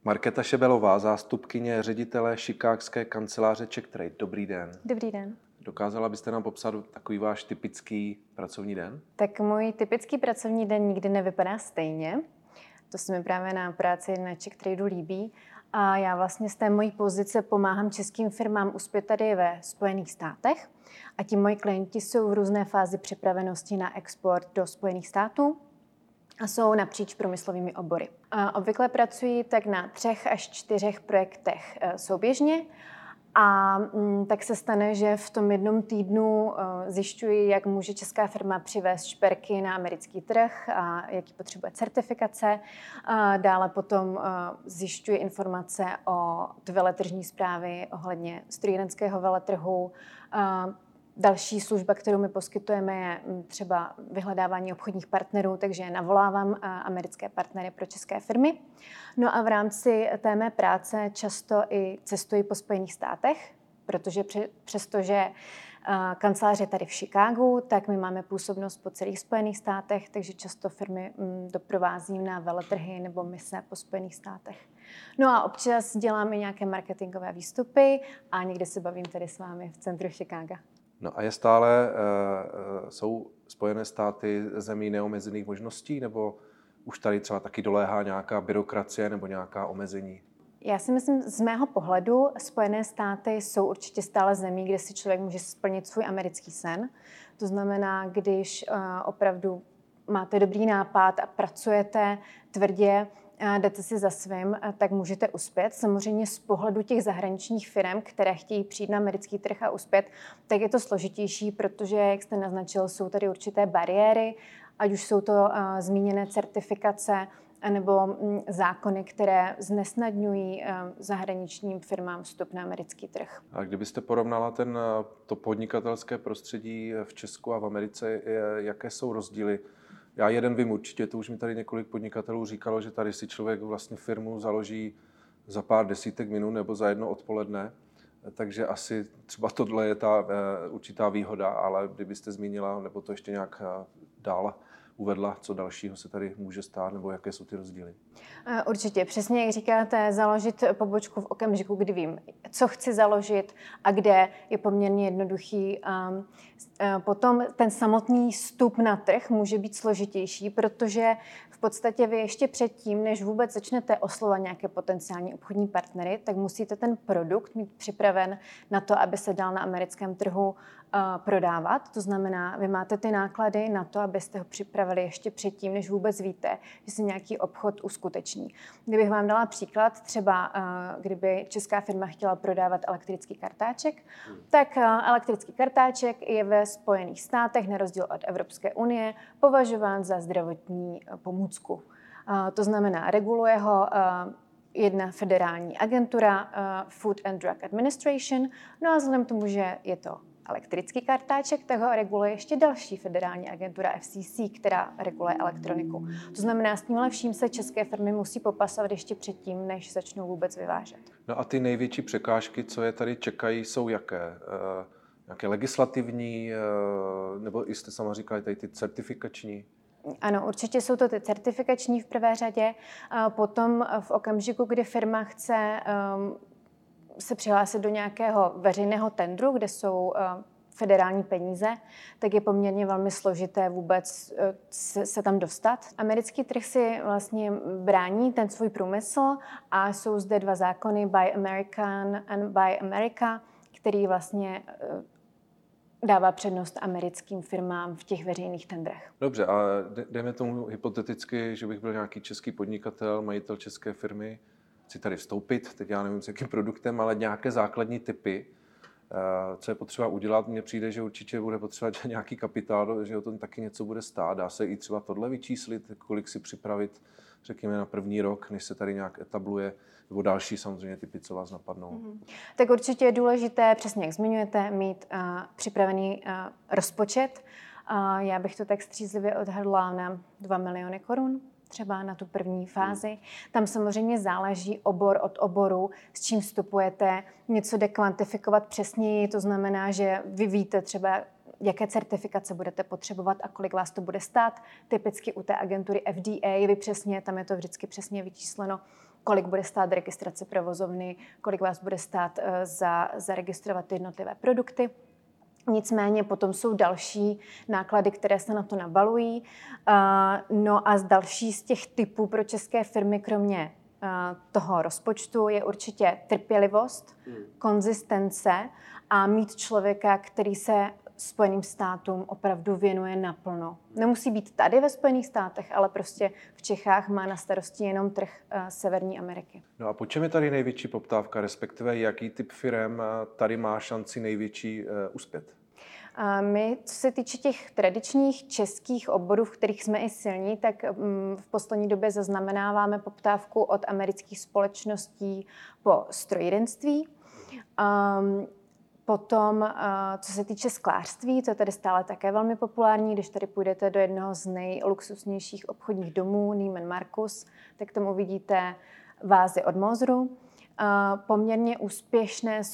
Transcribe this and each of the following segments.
Markéta Šebelová, zástupkyně ředitele chicagské kanceláře CzechTrade. Dobrý den. Dobrý den. Dokázala byste nám popsat takový váš typický pracovní den? Tak můj typický pracovní den nikdy nevypadá stejně. To se mi právě na práci na CzechTradeu líbí. A já vlastně z té mojí pozice pomáhám českým firmám uspět tady ve Spojených státech. A ti moji klienti jsou v různé fázi připravenosti na export do Spojených států a jsou napříč průmyslovými obory. A obvykle pracuji tak na 3 až 4 projektech souběžně. A tak se stane, že v tom jednom týdnu zjišťuji, jak může česká firma přivést šperky na americký trh a jaký potřebuje certifikace. Dále potom zjišťuji informace o veletržní zprávy ohledně strojírenského veletrhu. Další služba, kterou my poskytujeme, je třeba vyhledávání obchodních partnerů, takže navolávám americké partnery pro české firmy. No a v rámci té mé práce často i cestuji po Spojených státech, protože přestože kancelář je tady v Chicagu, tak my máme působnost po celých Spojených státech, takže často firmy doprovázím na veletrhy nebo mise po Spojených státech. No a občas dělám i nějaké marketingové výstupy a někdy se bavím tady s vámi v centru Chicaga. No a jsou Spojené státy zemí neomezených možností, nebo už tady třeba taky doléhá nějaká byrokracie nebo nějaká omezení? Já si myslím, z mého pohledu Spojené státy jsou určitě stále zemí, kde si člověk může splnit svůj americký sen. To znamená, když opravdu máte dobrý nápad a pracujete tvrdě, jdete si za svým, tak můžete uspět. Samozřejmě z pohledu těch zahraničních firm, které chtějí přijít na americký trh a uspět, tak je to složitější, protože, jak jste naznačil, jsou tady určité bariéry, ať už jsou to zmíněné certifikace, nebo zákony, které znesnadňují zahraničním firmám vstup na americký trh. A kdybyste porovnala to podnikatelské prostředí v Česku a v Americe, jaké jsou rozdíly? Já jeden vím určitě, to už mi tady několik podnikatelů říkalo, že tady si člověk vlastně firmu založí za pár desítek minut nebo za jedno odpoledne. Takže asi třeba tohle je ta určitá výhoda, ale kdybyste zmínila, nebo to ještě nějak dál uvedla, co dalšího se tady může stát, nebo jaké jsou ty rozdíly? Určitě, přesně jak říkáte, založit pobočku v okamžiku, kdy vím, co chci založit a kde, je poměrně jednoduchý. Potom ten samotný vstup na trh může být složitější, protože v podstatě vy ještě předtím, než vůbec začnete oslovovat nějaké potenciální obchodní partnery, tak musíte ten produkt mít připraven na to, aby se dal na americkém trhu prodávat. To znamená, vy máte ty náklady na to, abyste ho připravili ještě předtím, než vůbec víte, že se nějaký obchod uskuteční. Kdybych vám dala příklad, třeba kdyby česká firma chtěla prodávat elektrický kartáček, tak elektrický kartáček je ve Spojených státech, na rozdíl od Evropské unie, považován za zdravotní pomůcku. To znamená, reguluje ho jedna federální agentura, Food and Drug Administration, no a vzhledem k tomu, že je to elektrický kartáček, tak ho reguluje ještě další federální agentura FCC, která reguluje elektroniku. To znamená, s tímhle vším se české firmy musí popasovat ještě předtím, než začnou vůbec vyvážet. No a ty největší překážky, co je tady čekají, jsou jaké? Nějaké legislativní, nebo jste sama říkali, tady ty certifikační? Ano, určitě jsou to ty certifikační v prvé řadě. Potom v okamžiku, kdy firma chce se přihlásit do nějakého veřejného tendru, kde jsou federální peníze, tak je poměrně velmi složité vůbec se tam dostat. Americký trh si vlastně brání ten svůj průmysl a jsou zde 2 zákony, Buy American and Buy America, který vlastně dává přednost americkým firmám v těch veřejných tendrech. Dobře, a dejme tomu hypoteticky, že bych byl nějaký český podnikatel, majitel české firmy, chci tady vstoupit, teď já nevím s jakým produktem, ale nějaké základní typy, co je potřeba udělat. Mně přijde, že určitě bude potřebovat nějaký kapitál, že o tom taky něco bude stát. Dá se i třeba tohle vyčíslit, kolik si připravit, řekněme, na první rok, než se tady nějak etabluje, nebo další samozřejmě typy, co vás napadnou. Tak určitě je důležité, přesně jak zmiňujete, mít připravený rozpočet. Já bych to tak střízlivě odhadla na 2 miliony korun. Třeba na tu první fázi. Tam samozřejmě záleží obor od oboru, s čím vstupujete. Něco jde kvantifikovat přesněji, to znamená, že vy víte třeba, jaké certifikace budete potřebovat a kolik vás to bude stát. Typicky u té agentury FDA, vy přesně, tam je to vždycky přesně vyčísleno, kolik bude stát registrace provozovny, kolik vás bude stát zaregistrovat ty jednotlivé produkty. Nicméně potom jsou další náklady, které se na to nabalují. No a další z těch typů pro české firmy, kromě toho rozpočtu, je určitě trpělivost, konzistence a mít člověka, který se Spojeným státům opravdu věnuje naplno. Nemusí být tady ve Spojených státech, ale prostě v Čechách má na starosti jenom trh Severní Ameriky. No a po čem je tady největší poptávka, respektive jaký typ firem tady má šanci největší uspět? My, co se týče těch tradičních českých oborů, v kterých jsme i silní, tak v poslední době zaznamenáváme poptávku od amerických společností po strojírenství. Potom, co se týče sklářství, to je tady stále také velmi populární. Když tady půjdete do jednoho z nejluxusnějších obchodních domů, Neiman Marcus, tak tam uvidíte vázy od Moseru. Poměrně úspěšná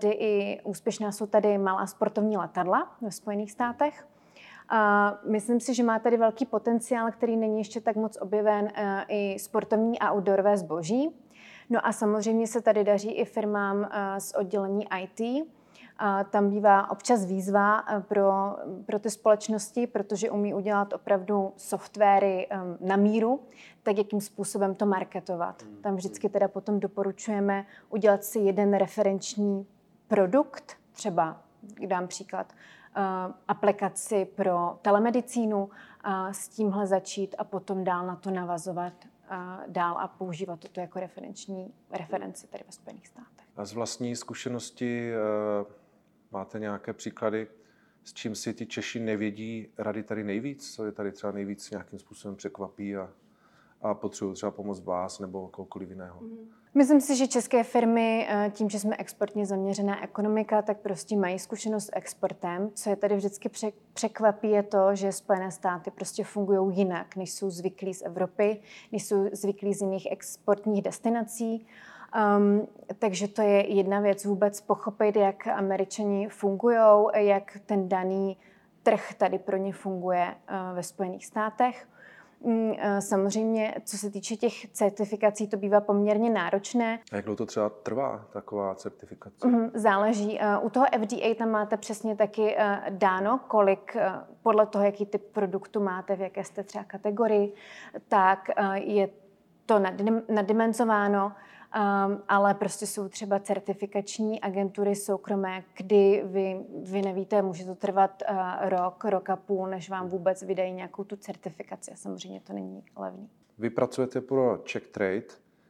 jsou tady malá sportovní letadla ve Spojených státech. Myslím si, že má tady velký potenciál, který není ještě tak moc objeven, i sportovní a outdoorové zboží. No a samozřejmě se tady daří i firmám z oddělení IT. Tam bývá občas výzva pro ty společnosti, protože umí udělat opravdu softwary na míru, tak jakým způsobem to marketovat. Tam vždycky teda potom doporučujeme udělat si jeden referenční produkt, třeba, dám příklad, aplikaci pro telemedicínu, s tímhle začít a potom dál na to navazovat dál a používat toto jako referenci tady ve Spojených státech. A z vlastní zkušenosti máte nějaké příklady, s čím si ty Češi nevědí rady tady nejvíc? Co je tady třeba nejvíc nějakým způsobem překvapí a potřebují třeba pomoc vás nebo kohokoliv jiného? Myslím si, že české firmy, tím, že jsme exportně zaměřená ekonomika, tak prostě mají zkušenost s exportem. Co je tady vždycky překvapí, je to, že Spojené státy prostě fungují jinak, než jsou zvyklí z Evropy, než jsou zvyklí z jiných exportních destinací. Takže to je jedna věc, vůbec pochopit, jak Američani fungují, jak ten daný trh tady pro ně funguje ve Spojených státech. Samozřejmě, co se týče těch certifikací, to bývá poměrně náročné. A jak dlouho to třeba trvá, taková certifikace? Záleží. U toho FDA tam máte přesně taky dáno, kolik, podle toho, jaký typ produktu máte, v jaké jste třeba kategorii, tak je to nadimenzováno. Ale prostě jsou třeba certifikační agentury soukromé, kdy vy nevíte, může to trvat rok a půl, než vám vůbec vydají nějakou tu certifikaci. A samozřejmě to není levný. Vy pracujete pro CzechTrade.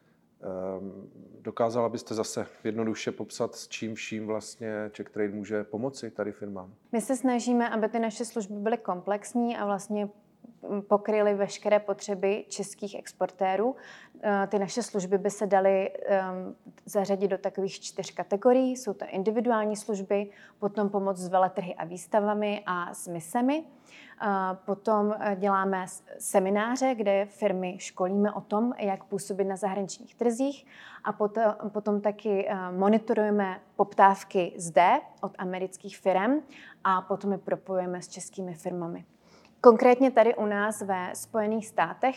Dokázala byste zase jednoduše popsat, s čím vším vlastně CzechTrade může pomoci tady firmám? My se snažíme, aby ty naše služby byly komplexní a vlastně pokryly veškeré potřeby českých exportérů. Ty naše služby by se daly zařadit do takových 4 kategorií. Jsou to individuální služby, potom pomoc s veletrhy a výstavami a s misemi. Potom děláme semináře, kde firmy školíme o tom, jak působit na zahraničních trzích a potom taky monitorujeme poptávky zde od amerických firm a potom je propojujeme s českými firmami. Konkrétně tady u nás ve Spojených státech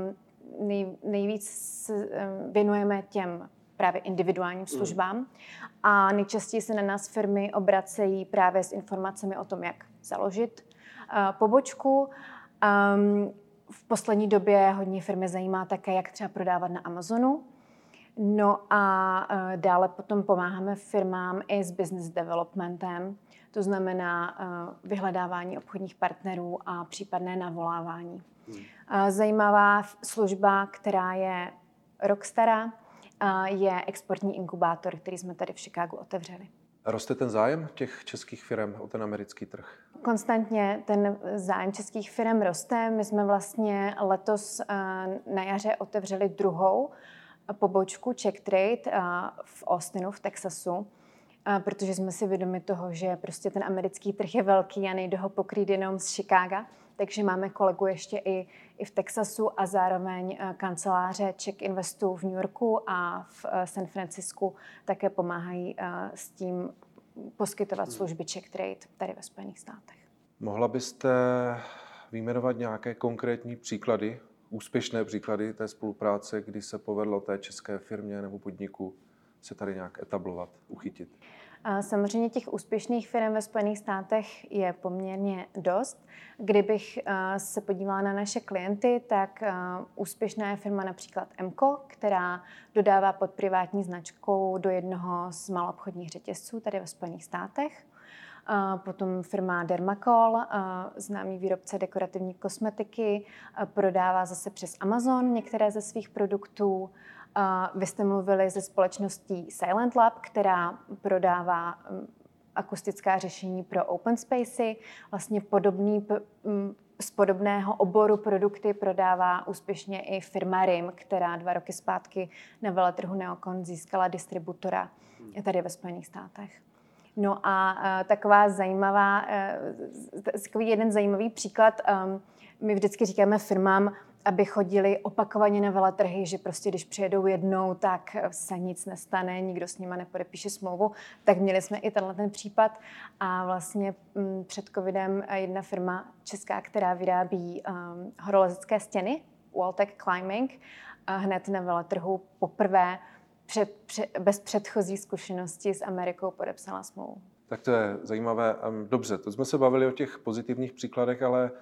nejvíc věnujeme těm právě individuálním službám a nejčastěji se na nás firmy obracejí právě s informacemi o tom, jak založit pobočku. V poslední době hodně firmy zajímá také, jak třeba prodávat na Amazonu. No a dále potom pomáháme firmám i s business developmentem, to znamená vyhledávání obchodních partnerů a případné navolávání. Zajímavá služba, která je rok stará, je exportní inkubátor, který jsme tady v Chicagu otevřeli. Roste ten zájem těch českých firm o ten americký trh? Konstantně ten zájem českých firm roste. My jsme vlastně letos na jaře otevřeli druhou pobočku CzechTrade v Austinu, v Texasu, protože jsme si vědomi toho, že prostě ten americký trh je velký a nejde ho pokrýt jenom z Chicaga. Takže máme kolegu ještě i v Texasu a zároveň kanceláře Czech Investu v New Yorku a v San Francisku také pomáhají s tím poskytovat služby CzechTrade tady ve Spojených státech. Mohla byste vyjmenovat nějaké konkrétní příklady úspěšné příklady té spolupráce, kdy se povedlo té české firmě nebo podniku se tady nějak etablovat, uchytit? Samozřejmě těch úspěšných firm ve Spojených státech je poměrně dost. Kdybych se podívala na naše klienty, tak úspěšná je firma například MCO, která dodává pod privátní značkou do jednoho z maloobchodních řetězců tady ve Spojených státech. Potom firma Dermacol, známý výrobce dekorativní kosmetiky, prodává zase přes Amazon některé ze svých produktů. Vy jste mluvili se společností Silent Lab, která prodává akustická řešení pro open spacey. Vlastně z podobného oboru produkty prodává úspěšně i firma RIM, která 2 roky zpátky na veletrhu Neocon získala distributora tady ve Spojených státech. No a takový jeden zajímavý příklad, my vždycky říkáme firmám, aby chodili opakovaně na veletrhy, že prostě když přijedou jednou, tak se nic nestane, nikdo s nima nepodepíše smlouvu. Tak měli jsme i ten případ a vlastně před covidem jedna firma česká, která vyrábí horolezecké stěny, Waltec Climbing, hned na veletrhu poprvé bez předchozí zkušenosti s Amerikou podepsala smlouvu. Tak to je zajímavé. Dobře, to jsme se bavili o těch pozitivních příkladech, ale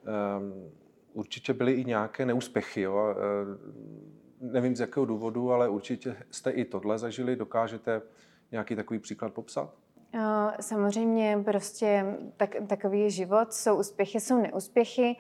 určitě byly i nějaké neúspěchy. Jo? Nevím z jakého důvodu, ale určitě jste i tohle zažili. Dokážete nějaký takový příklad popsat? Samozřejmě prostě takový je život, jsou úspěchy, jsou neúspěchy.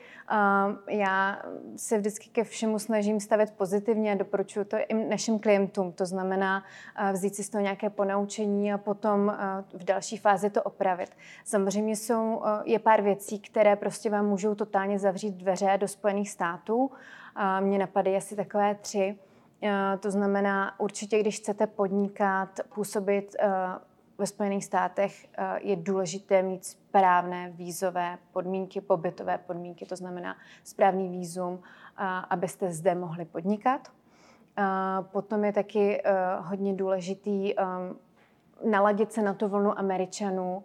Já se vždycky ke všemu snažím stavět pozitivně a doporučuji to i našim klientům. To znamená vzít si z toho nějaké ponaučení a potom v další fázi to opravit. Samozřejmě je pár věcí, které prostě vám můžou totálně zavřít dveře do Spojených států. Mně napadají asi takové 3. To znamená určitě, když chcete podnikat, působit ve Spojených státech, je důležité mít správné vízové podmínky, pobytové podmínky, to znamená správný vízum, abyste zde mohli podnikat. Potom je taky hodně důležitý naladit se na tu vlnu Američanů.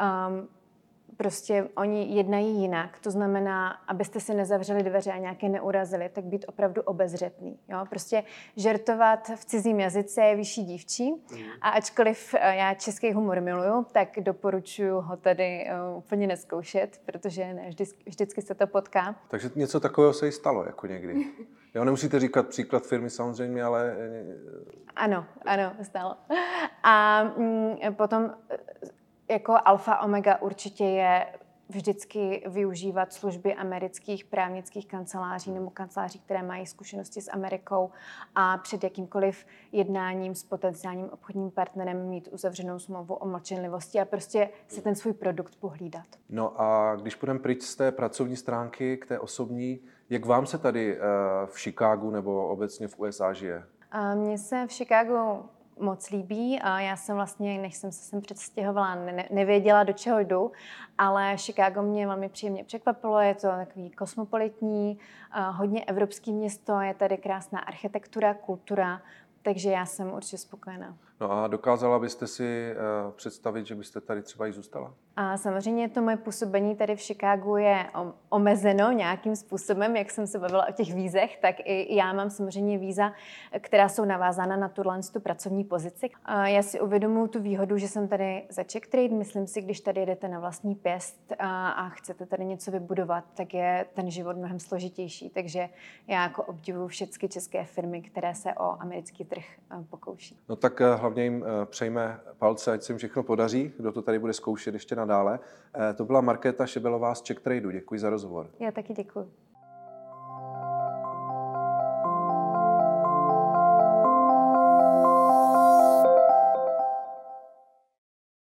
Prostě oni jednají jinak, to znamená, abyste si nezavřeli dveře a nějaké neurazili, tak být opravdu obezřetný. Jo? Prostě žertovat v cizím jazyce je vyšší dívčí a ačkoliv já český humor miluju, tak doporučuji ho tady úplně neskoušet, protože ne vždycky se to potká. Takže něco takového se i stalo jako někdy. Jo, nemusíte říkat příklad firmy samozřejmě, ale... Ano, stalo. A potom jako alfa omega určitě je vždycky využívat služby amerických právnických kanceláří nebo kanceláří, které mají zkušenosti s Amerikou a před jakýmkoliv jednáním s potenciálním obchodním partnerem mít uzavřenou smlouvu o mlčenlivosti a prostě si ten svůj produkt pohlídat. No a když půjdeme pryč z té pracovní stránky k té osobní, jak vám se tady v Chicagu nebo obecně v USA žije? Mně se v Chicagu moc líbí a já jsem vlastně, než jsem se sem předstěhovala, nevěděla, do čeho jdu, ale Chicago mě velmi příjemně překvapilo, je to takový kosmopolitní, hodně evropský město, je tady krásná architektura, kultura, takže já jsem určitě spokojená. No a dokázala byste si představit, že byste tady třeba i zůstala? A samozřejmě to moje působení tady v Chicagu je omezeno nějakým způsobem, jak jsem se bavila o těch vízech, tak i já mám samozřejmě víza, která jsou navázána na tu pracovní pozici. Já si uvědomuji tu výhodu, že jsem tady za Czech Trade. Myslím si, když tady jedete na vlastní pěst a chcete tady něco vybudovat, tak je ten život mnohem složitější. Takže já jako obdivuju všechny české firmy, které se o americký trh pokouší. No tak hlavně jim přejme palce, ať se jim všechno podaří, kdo to tady bude zkoušet ještě nadále. To byla Markéta Šebelová z Czech Tradu. Děkuji za rozhovor. Já taky děkuji.